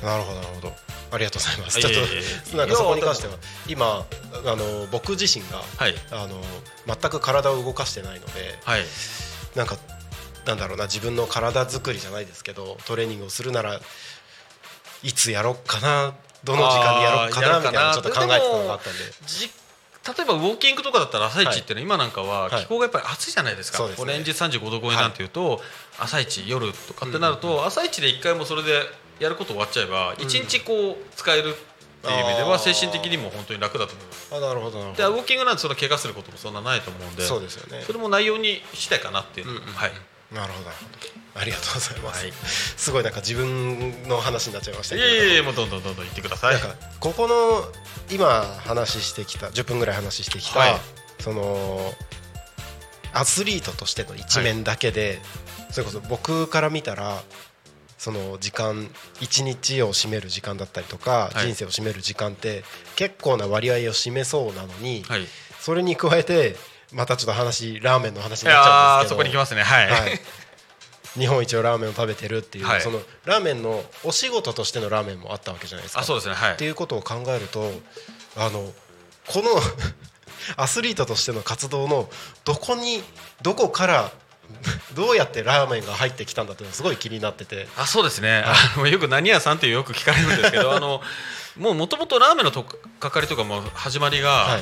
なるほどなるほど、ありがとうございます。ちょっとなんかそこに関しては今僕自身が、はい、全く体を動かしてないので、はい、なんだろうな、自分の体作りじゃないですけどトレーニングをするならいつやろうかな、どの時間にやろうかなみたいなちょっと考えてたのがあったんで、 例えばウォーキングとかだったら朝一っていうのは今なんかは気候がやっぱり暑いじゃないですか、オレンジ35度超えなんていうと朝一夜とかってなると朝一で1回もそれでやること終わっちゃえば1日こう使えるっていう意味では精神的にも本当に楽だと思います。 なるほどなるほど。 でウォーキングなんてそんな怪我することもそんなないと思うんで、 そうですよね、 それも内容にしたいかなっていうの、はい、 なるほどありがとうございます、はい、すごいなんか自分の話になっちゃいましたけど、 いえもうどんどん言ってください。 なんかここの今話してきた10分ぐらい話してきた、はい、そのアスリートとしての一面だけで、はい、それこそ僕から見たらその時間1日を占める時間だったりとか、はい、人生を占める時間って結構な割合を占めそうなのに、はい、それに加えてまたちょっとラーメンの話になっちゃうんですけど、 そこに来ますね、はい、はい、 日本一のラーメンを食べてるっていう、はい、そのラーメンのお仕事としてのラーメンもあったわけじゃないですか。 そうですね、はい、 っていうことを考えるとこのアスリートとしての活動のどこからどうやってラーメンが入ってきたんだっていうのがすごい気になってて。 そうですね、よく何屋さんってよく聞かれるんですけどもともとラーメンのとかかりとかも始まりが、はい、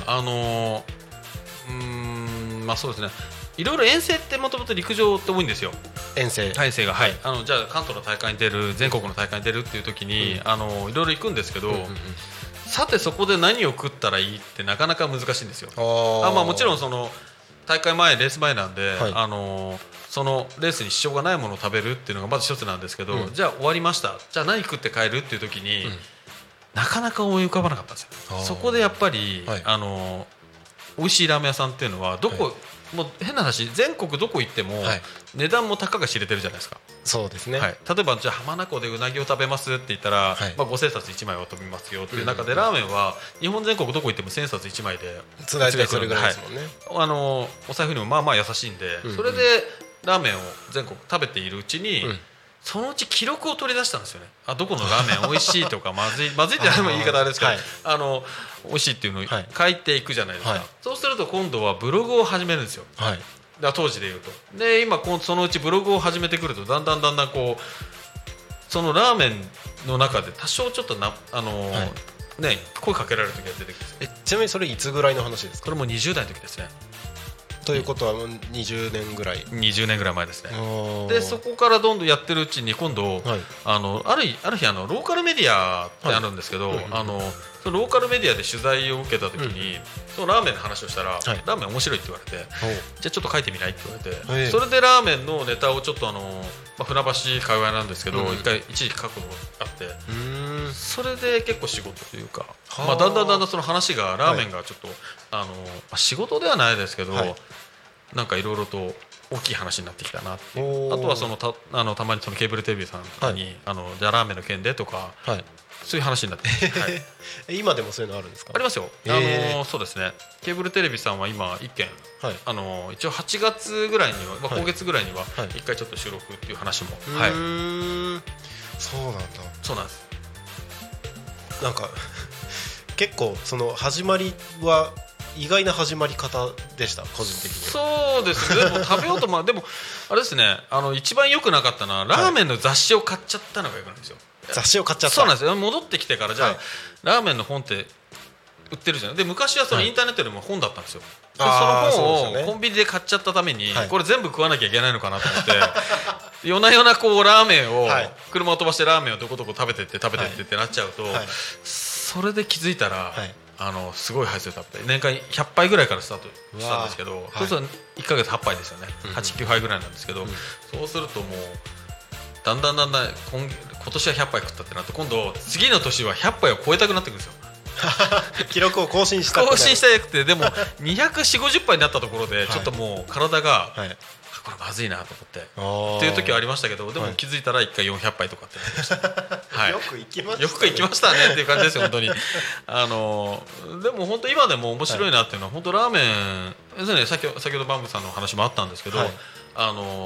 そうですね、いろいろ遠征ってもともと陸上って多いんですよ。遠征が、はい、じゃあ関東の大会に出る、全国の大会に出るっていう時に、いろいろ行くんですけど、さてそこで何を食ったらいいってなかなか難しいんですよ。もちろんその大会前、レース前なんで、はい、そのレースに支障がないものを食べるっていうのがまず一つなんですけど、じゃあ終わりました、じゃあ何食って帰るっていう時に、なかなか思い浮かばなかったんですよ。そこでやっぱり、はい、美味しいラーメン屋さんっていうのはもう変な話、全国どこ行っても値段もたかが知れてるじゃないですか。 そうですね、 はい、例えばじゃあ浜名湖でうなぎを食べますって言ったら、はい、5000冊1枚は飛びますよっていう中で、ラーメンは日本全国どこ行っても1000冊1枚でつないでくるぐらいですもんね、 はい、お財布にもまあまあ優しいんで、それでラーメンを全国食べているうちに、そのうち記録を取り出したんですよね。どこのラーメン美味しいとかまずいって言い方あれですけど、美味しいっていうのを書いていくじゃないですか、はい、そうすると今度はブログを始めるんですよ、はい、当時でいうと。で今そのうちブログを始めてくるとだんだんこうそのラーメンの中で多少ちょっとね、声かけられる時が出てくる。 ちなみにそれいつぐらいの話ですか？ これも20代の時ですね。 ということは20年ぐらい前ですね。でそこからどんどんやってるうちに今度、はい、ある日ローカルメディアってあるんですけど、はい、そのローカルメディアで取材を受けた時に、そのラーメンの話をしたら、はい、ラーメン面白いって言われて、じゃあちょっと書いてみないって言われて、それでラーメンのネタをちょっと船橋界隈なんですけど、一時期書くのがあって、それで結構仕事というか、だんだんその話がラーメンがちょっと、仕事ではないですけど、はい、なんかいろいろと大きい話になってきたなっていう。あとはたまにそのケーブルテレビさんとかに、はい、じゃあラーメンの件でとか、はい、そういう話になって、はい、 今でもそういうのあるんですか？ ありますよ。そうですね、ケーブルテレビさんは今1件、はい、一応8月ぐらいには、今月ぐらいには1回ちょっと収録っていう話も、はい、 そうなんだ。 そうなんです。 なんか結構その始まりは意外な始まり方でした、個人的に。 そうですね。でも食べようとでもあれですね、一番良くなかったのはラーメンの雑誌を買っちゃったのが良くないんですよ。 雑誌を買っちゃった。 そうなんですよ。戻ってきてからじゃあ、はい、ラーメンの本って売ってるじゃん。で昔はそのインターネットよりも本だったんですよ。でその本をコンビニで買っちゃったために、これ全部食わなきゃいけないのかなと思って、夜な夜なこうラーメンを、車を飛ばしてラーメンをどこどこ食べてってってなっちゃうと、それで気づいたら、すごい杯数食べて年間100杯ぐらいからスタートしたんですけど、そうすると1ヶ月8杯ですよね。8、9杯ぐらいなんですけど、そうするともうだんだん今年は100杯食ったってなって、今度次の年は100杯を超えたくなってくるんですよ。 記録を更新したくて、でも240、50杯になったところでちょっともう体が、これまずいなと思ってっていう時はありましたけど、でも気づいたら1回400杯とかってなりました、はい、 よく行きましたね。 よく行きましたねっていう感じですよ本当に。でも本当今でも面白いなっていうのは、本当ラーメン、先ほどバンブさんの話もあったんですけど、ラ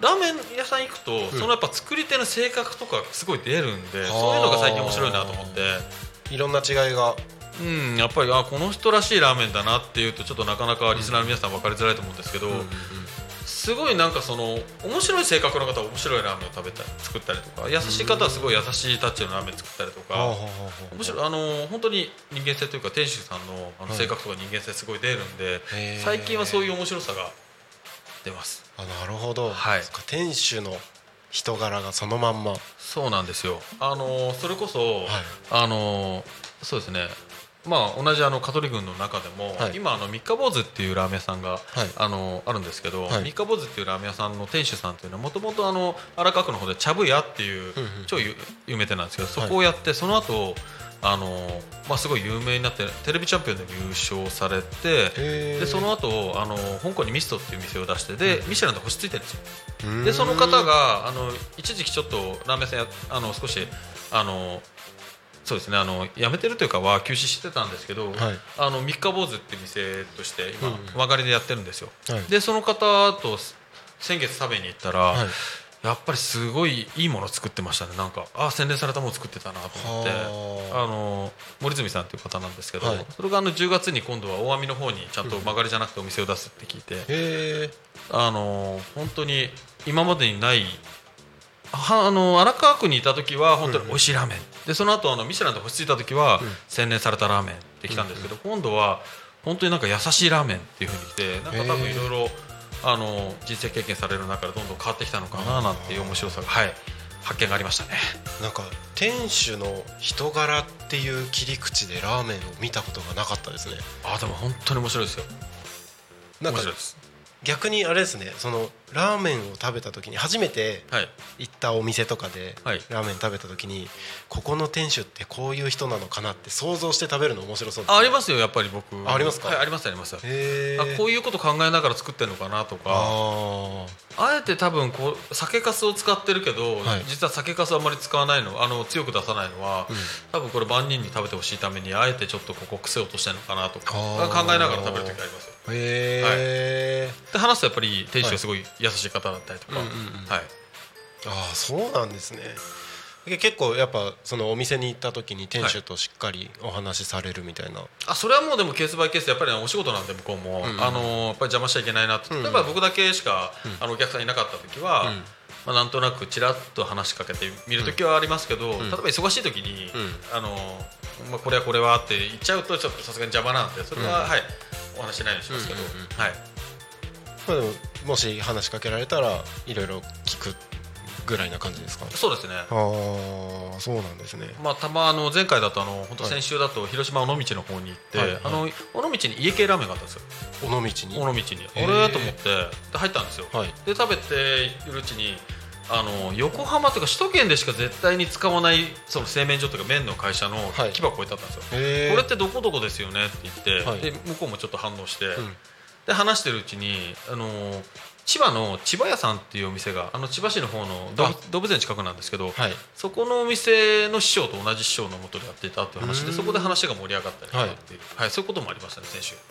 ラーメン屋さん行くと、そのやっぱ作り手の性格とかすごい出るんで、そういうのが最近面白いなと思って、 いろんな違いが、 やっぱりこの人らしいラーメンだなっていうとちょっとなかなかリスナーの皆さん分かりづらいと思うんですけど、すごいなんかその面白い性格の方は面白いラーメンを作ったりとか、優しい方はすごい優しいタッチのラーメン作ったりとか、面白い本当に人間性というか店主さんの性格とか人間性すごい出るんで、最近はそういう面白さが出ます。 なるほど、店主の人柄がそのまんま。 そうなんですよ。それこそ、そうですね、まあ、同じ香取郡の中でも、今三日坊主っていうラーメン屋さんが、あるんですけど、三日坊主っていうラーメン屋さんの店主さんというのはもともと荒川区の方で茶ぶやっていう超有名店なんですけど、そこをやってその後すごい有名になってテレビチャンピオンで優勝されて、でその後香港にミストっていう店を出して、でミシュランで星ついてるんですよ。でその方が一時期ちょっとラーメン屋さん少しそうですね、辞めてるというかは休止してたんですけど、三日坊主っていう店として今曲がりでやってるんですよ。でその方と先月食べに行ったら、やっぱりすごいいいもの作ってましたね。なんか洗練されたもの作ってたなと思って、森住さんという方なんですけど、それが10月に今度は大網の方にちゃんと曲がりじゃなくてお店を出すって聞いて、本当に今までにない荒川区にいた時は本当に美味しいラーメンで、その後ミシュランで星ついた時は洗練されたラーメンってきたんですけど、今度は本当になんか優しいラーメンっていう風に来て、なんか多分いろいろ人生経験される中でどんどん変わってきたのかななんていう面白さが、発見がありましたね。 なんか店主の人柄っていう切り口でラーメンを見たことがなかったですね。 でも本当に面白いですよ。 なんか面白いです。 逆にあれですね、そのラーメンを食べた時に初めて行ったお店とかでラーメン食べた時に、ここの店主ってこういう人なのかなって想像して食べるの面白そうですね。 ありますよ、やっぱり僕。 ありますか？ ありますあります。こういうこと考えながら作ってるのかなとか、あえて多分酒粕を使ってるけど、実は酒粕あんまり使わないの、強く出さないのは、多分これ万人に食べてほしいためにあえてちょっとここ癖を落としてるのかなとか考えながら食べる時ありますよ。で話すとやっぱり店主がすごい優しい方だったりとか、 そうなんですね。結構やっぱそのお店に行った時に店主としっかりお話しされるみたいな、 それはもうでもケースバイケースでやっぱりお仕事なんで向こうも、やっぱり邪魔しちゃいけないなって、例えば僕だけしかお客さんいなかった時は、なんとなくちらっと話しかけてみる時はありますけど、例えば忙しい時に、これはこれはって言っちゃうとちょっとさすがに邪魔なんで、それはお話しないようにしますけど、 でももし話しかけられたらいろいろ聞くぐらいな感じですか？ そうですね。 そうなんですね。 前回だと本当先週だと広島尾道の方に行って、尾道に家系ラーメンがあったんですよ。尾道にあれと思って入ったんですよ。で食べているうちに横浜というか首都圏でしか絶対に使わないその製麺所というか麺の会社の木箱置いてあったんですよ。これってどこどこですよねって言って、で向こうもちょっと反応して、で話してるうちに千葉の千葉屋さんっていうお店が千葉市の方の動物園近くなんですけど、そこのお店の師匠と同じ師匠の元でやっていたっていう話で、そこで話が盛り上がったりとかっていう、そういうこともありましたね、先週。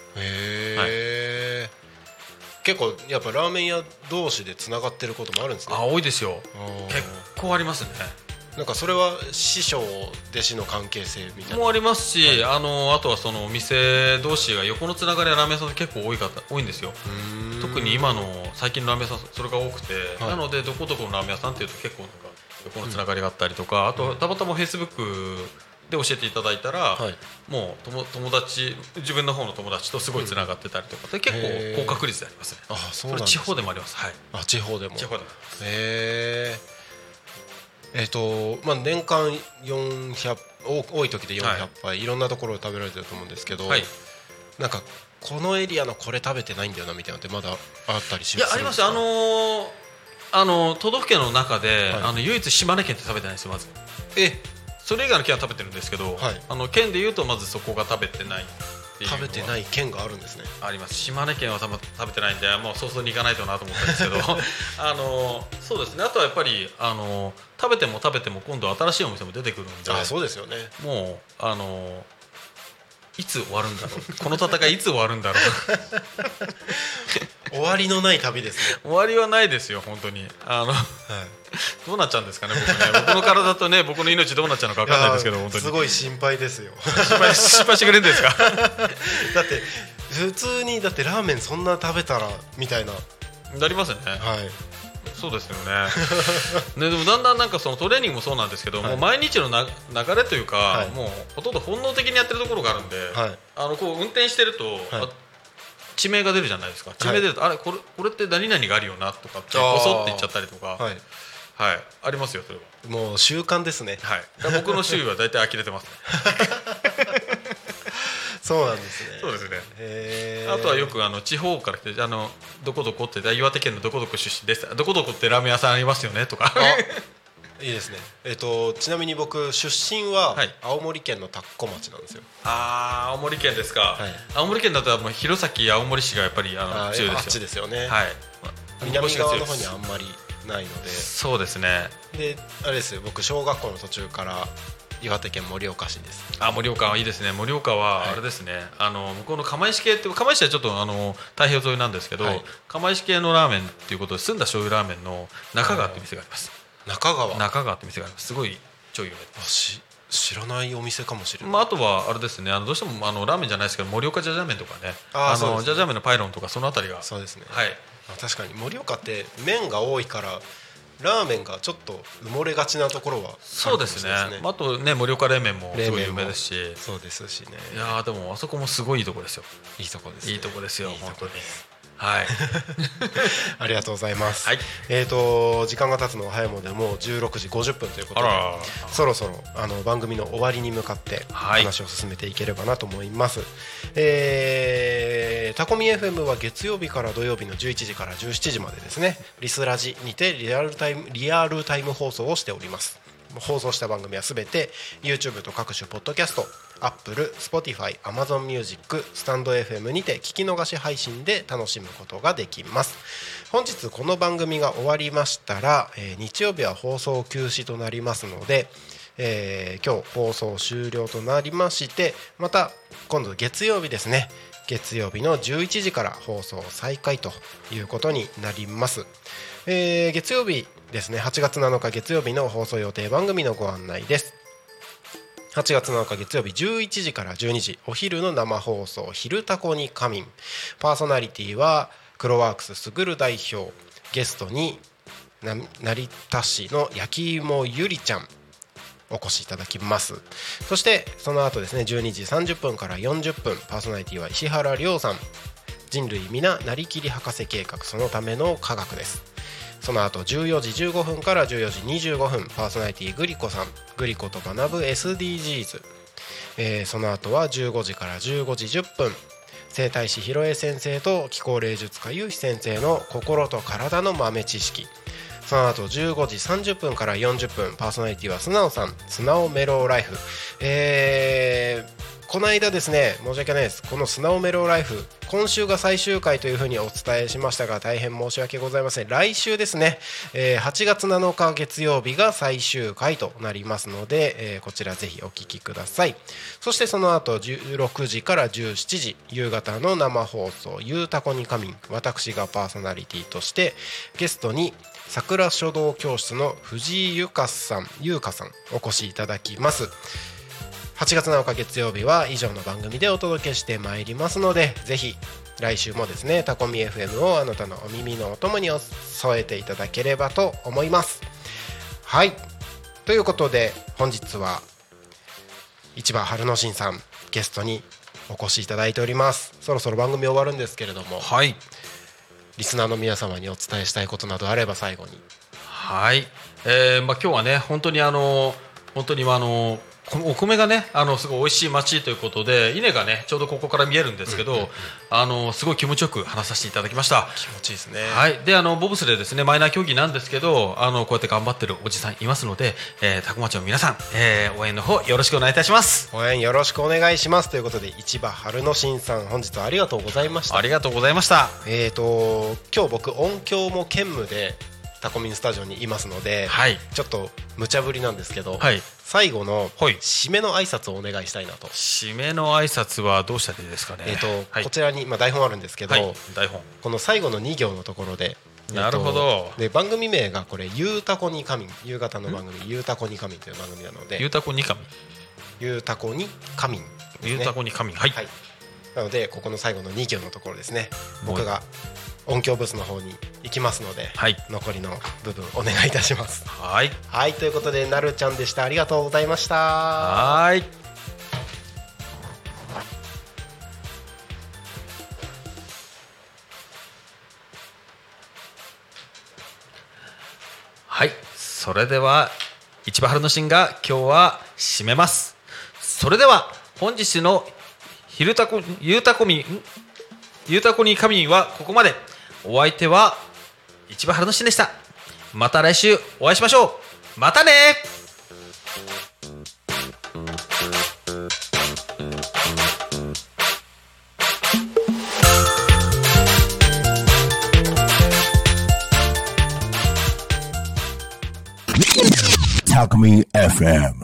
結構やっぱラーメン屋同士でつながってることもあるんですね。 多いですよ。結構ありますね。 なんかそれは師匠弟子の関係性みたいなもありますし、あとはそのお店同士が横のつながりはラーメン屋さん結構多いんですよ。特に今の最近のラーメン屋さんそれが多くて、なのでどこどこのラーメン屋さんっていうと結構なんか横のつながりがあったりとか、あとたまたまフェイスブックで教えていただいたら、もう友達、自分の方の友達とすごいつながってたりとかで、結構高確率でありますね。 そうなんですね。 地方でもあります。 地方でも年間400多い時で400杯、いろんなところで食べられてると思うんですけど、なんかこのエリアのこれ食べてないんだよなみたいなのってまだあったりしますか？ いやあります。都道府県の中で、唯一島根県って食べてないんですよ、まず。それ以外の県は食べてるんですけど、県でいうとまずそこが食べてないっていうのは。 食べてない県があるんですね。 あります。島根県は食べてないんで、もう早々に行かないとなと思ったんですけどそうですね。あとはやっぱり食べても今度新しいお店も出てくるんで、 そうですよね。 もういつ終わるんだろうこの戦いいつ終わるんだろう終わりのない旅ですね。 終わりはないですよ本当に。どうなっちゃうんですかね僕の体とね僕の命どうなっちゃうのか分かんないですけど本当にすごい心配ですよ。 心配してくれるんですかだって普通にだってラーメンそんな食べたらみたいななりますよね。そうですよね。でもだんだんなんかそのトレーニングもそうなんですけど、もう毎日の流れというか、もうほとんど本能的にやってるところがあるんで、こう運転してると、地名が出るじゃないですか。地名出ると、あれこれって何々があるよなとかってこそって言っちゃったりとか、ありますよそれは。 もう習慣ですね。 僕の周囲は大体呆れてますね。 そうなんですね。 そうですね。あとはよく地方から来てどこどこって岩手県のどこどこ出身です。どこどこってラーメン屋さんありますよねとか。 いいですね。ちなみに僕出身は青森県の田子町なんですよ。 青森県ですか。青森県だともう弘前青森市がやっぱり強いですよ。 あっちですよね。 南側の方にあんまりないので。 そうですね。 であれですよ。僕小学校の途中から岩手県盛岡市です。 盛岡はいいですね。盛岡はあれですね、向こうの釜石系って釜石はちょっと太平洋沿いなんですけど、釜石系のラーメンっていうことで澄んだ醤油ラーメンの中川って店があります。中川って店があります。すごい超有名です。 知らないお店かもしれない。 あとはあれですね、どうしてもラーメンじゃないですけど盛岡じゃじゃ麺とかね、じゃじゃ麺のパイロンとかそのあたりが。 そうですね。確かに盛岡って麺が多いからラーメンがちょっと埋もれがちなところはそうですね。あとね盛岡冷麺もすごい有名ですし。 そうですしね。 いやでもあそこもすごいいいとこですよ。 いいとこです。 いいとこですよ本当に。 ありがとうございます。時間が経つのが早いものでもう16時50分ということで、そろそろ番組の終わりに向かって話を進めていければなと思います。タコミ FM は月曜日から土曜日の11時から17時までですね、リスラジにてリアルタイム放送をしております。放送した番組はすべて YouTube と各種ポッドキャスト、Apple、Spotify、Amazon Music、スタンド FM にて聞き逃し配信で楽しむことができます。本日この番組が終わりましたら、日曜日は放送休止となりますので、今日放送終了となりまして、また今度月曜日ですね、月曜日の11時から放送再開ということになります。月曜日ですね、8月7日月曜日の放送予定番組のご案内です。8月7日月曜日11時から12時、お昼の生放送昼タコに仮眠。パーソナリティはクロワークスすぐる代表、ゲストに成田市の焼き芋ゆりちゃんお越しいただきます。そしてその後ですね、12時30分から40分、パーソナリティは石原亮さん、人類皆なりきり博士計画そのための科学です。その後14時15分から14時25分、パーソナリティグリコさん、グリコと学ぶ SDGs、その後は15時から15時10分、整体師ひろえ先生と気候霊術家ゆうひ先生の心と体の豆知識。その後15時30分から40分、パーソナリティは素直さん、素直メローライフ。この間ですね、申し訳ないです、この素直メローライフ今週が最終回というふうにお伝えしましたが、大変申し訳ございません。来週ですね、8月7日月曜日が最終回となりますので、こちらぜひお聞きください。そしてその後16時から17時、夕方の生放送ゆうたこに仮眠、私がパーソナリティとしてゲストに桜書道教室の藤井優香さんお越しいただきます。8月7日月曜日は以上の番組でお届けしてまいりますので、ぜひ来週もですね、タコミ FM をあなたのお耳のお供に添えていただければと思います。はい、ということで本日は市場春之進さんゲストにお越しいただいております。そろそろ番組終わるんですけれども、リスナーの皆様にお伝えしたいことなどあれば最後に。 はい、今日はね本当にお米がねすごい美味しい町ということで、稲がねちょうどここから見えるんですけど、すごい気持ちよく話させていただきました。 気持ちいいですね。 はい、でボブスレーですね、マイナー競技なんですけど、こうやって頑張ってるおじさんいますので、多古町の皆さん、応援の方よろしくお願いいたします。 応援よろしくお願いしますということで、市場春之進さん本日はありがとうございました。 ありがとうございました。 今日僕音響も兼務でタコミンスタジオにいますので、 はい、 ちょっと無茶ぶりなんですけど、 はい、 最後の締めの挨拶をお願いしたいなと。 締めの挨拶はどうしたらいいですかね。 はい、こちらに、台本あるんですけど、はい、 台本この最後の2行のところで、 なるほど。 で番組名がこれゆうたこに仮眠、夕方の番組ゆうたこに仮眠という番組なので、 ゆうたこに仮眠、 ゆうたこに仮眠ですね。 ゆうたこに仮眠、はい、 はい、なのでここの最後の2行のところですね、僕が音響ブースの方に行きますので、はい、残りの部分お願いいたします。 はい、 はい、ということでなるちゃんでした。ありがとうございました。 はい、はい、それでは市場春のシンが今日は締めます。それでは本日のゆうたこに仮眠はここまで。お相手は市場春のシンでした。また来週お会いしましょう。またね。 Talk Me FM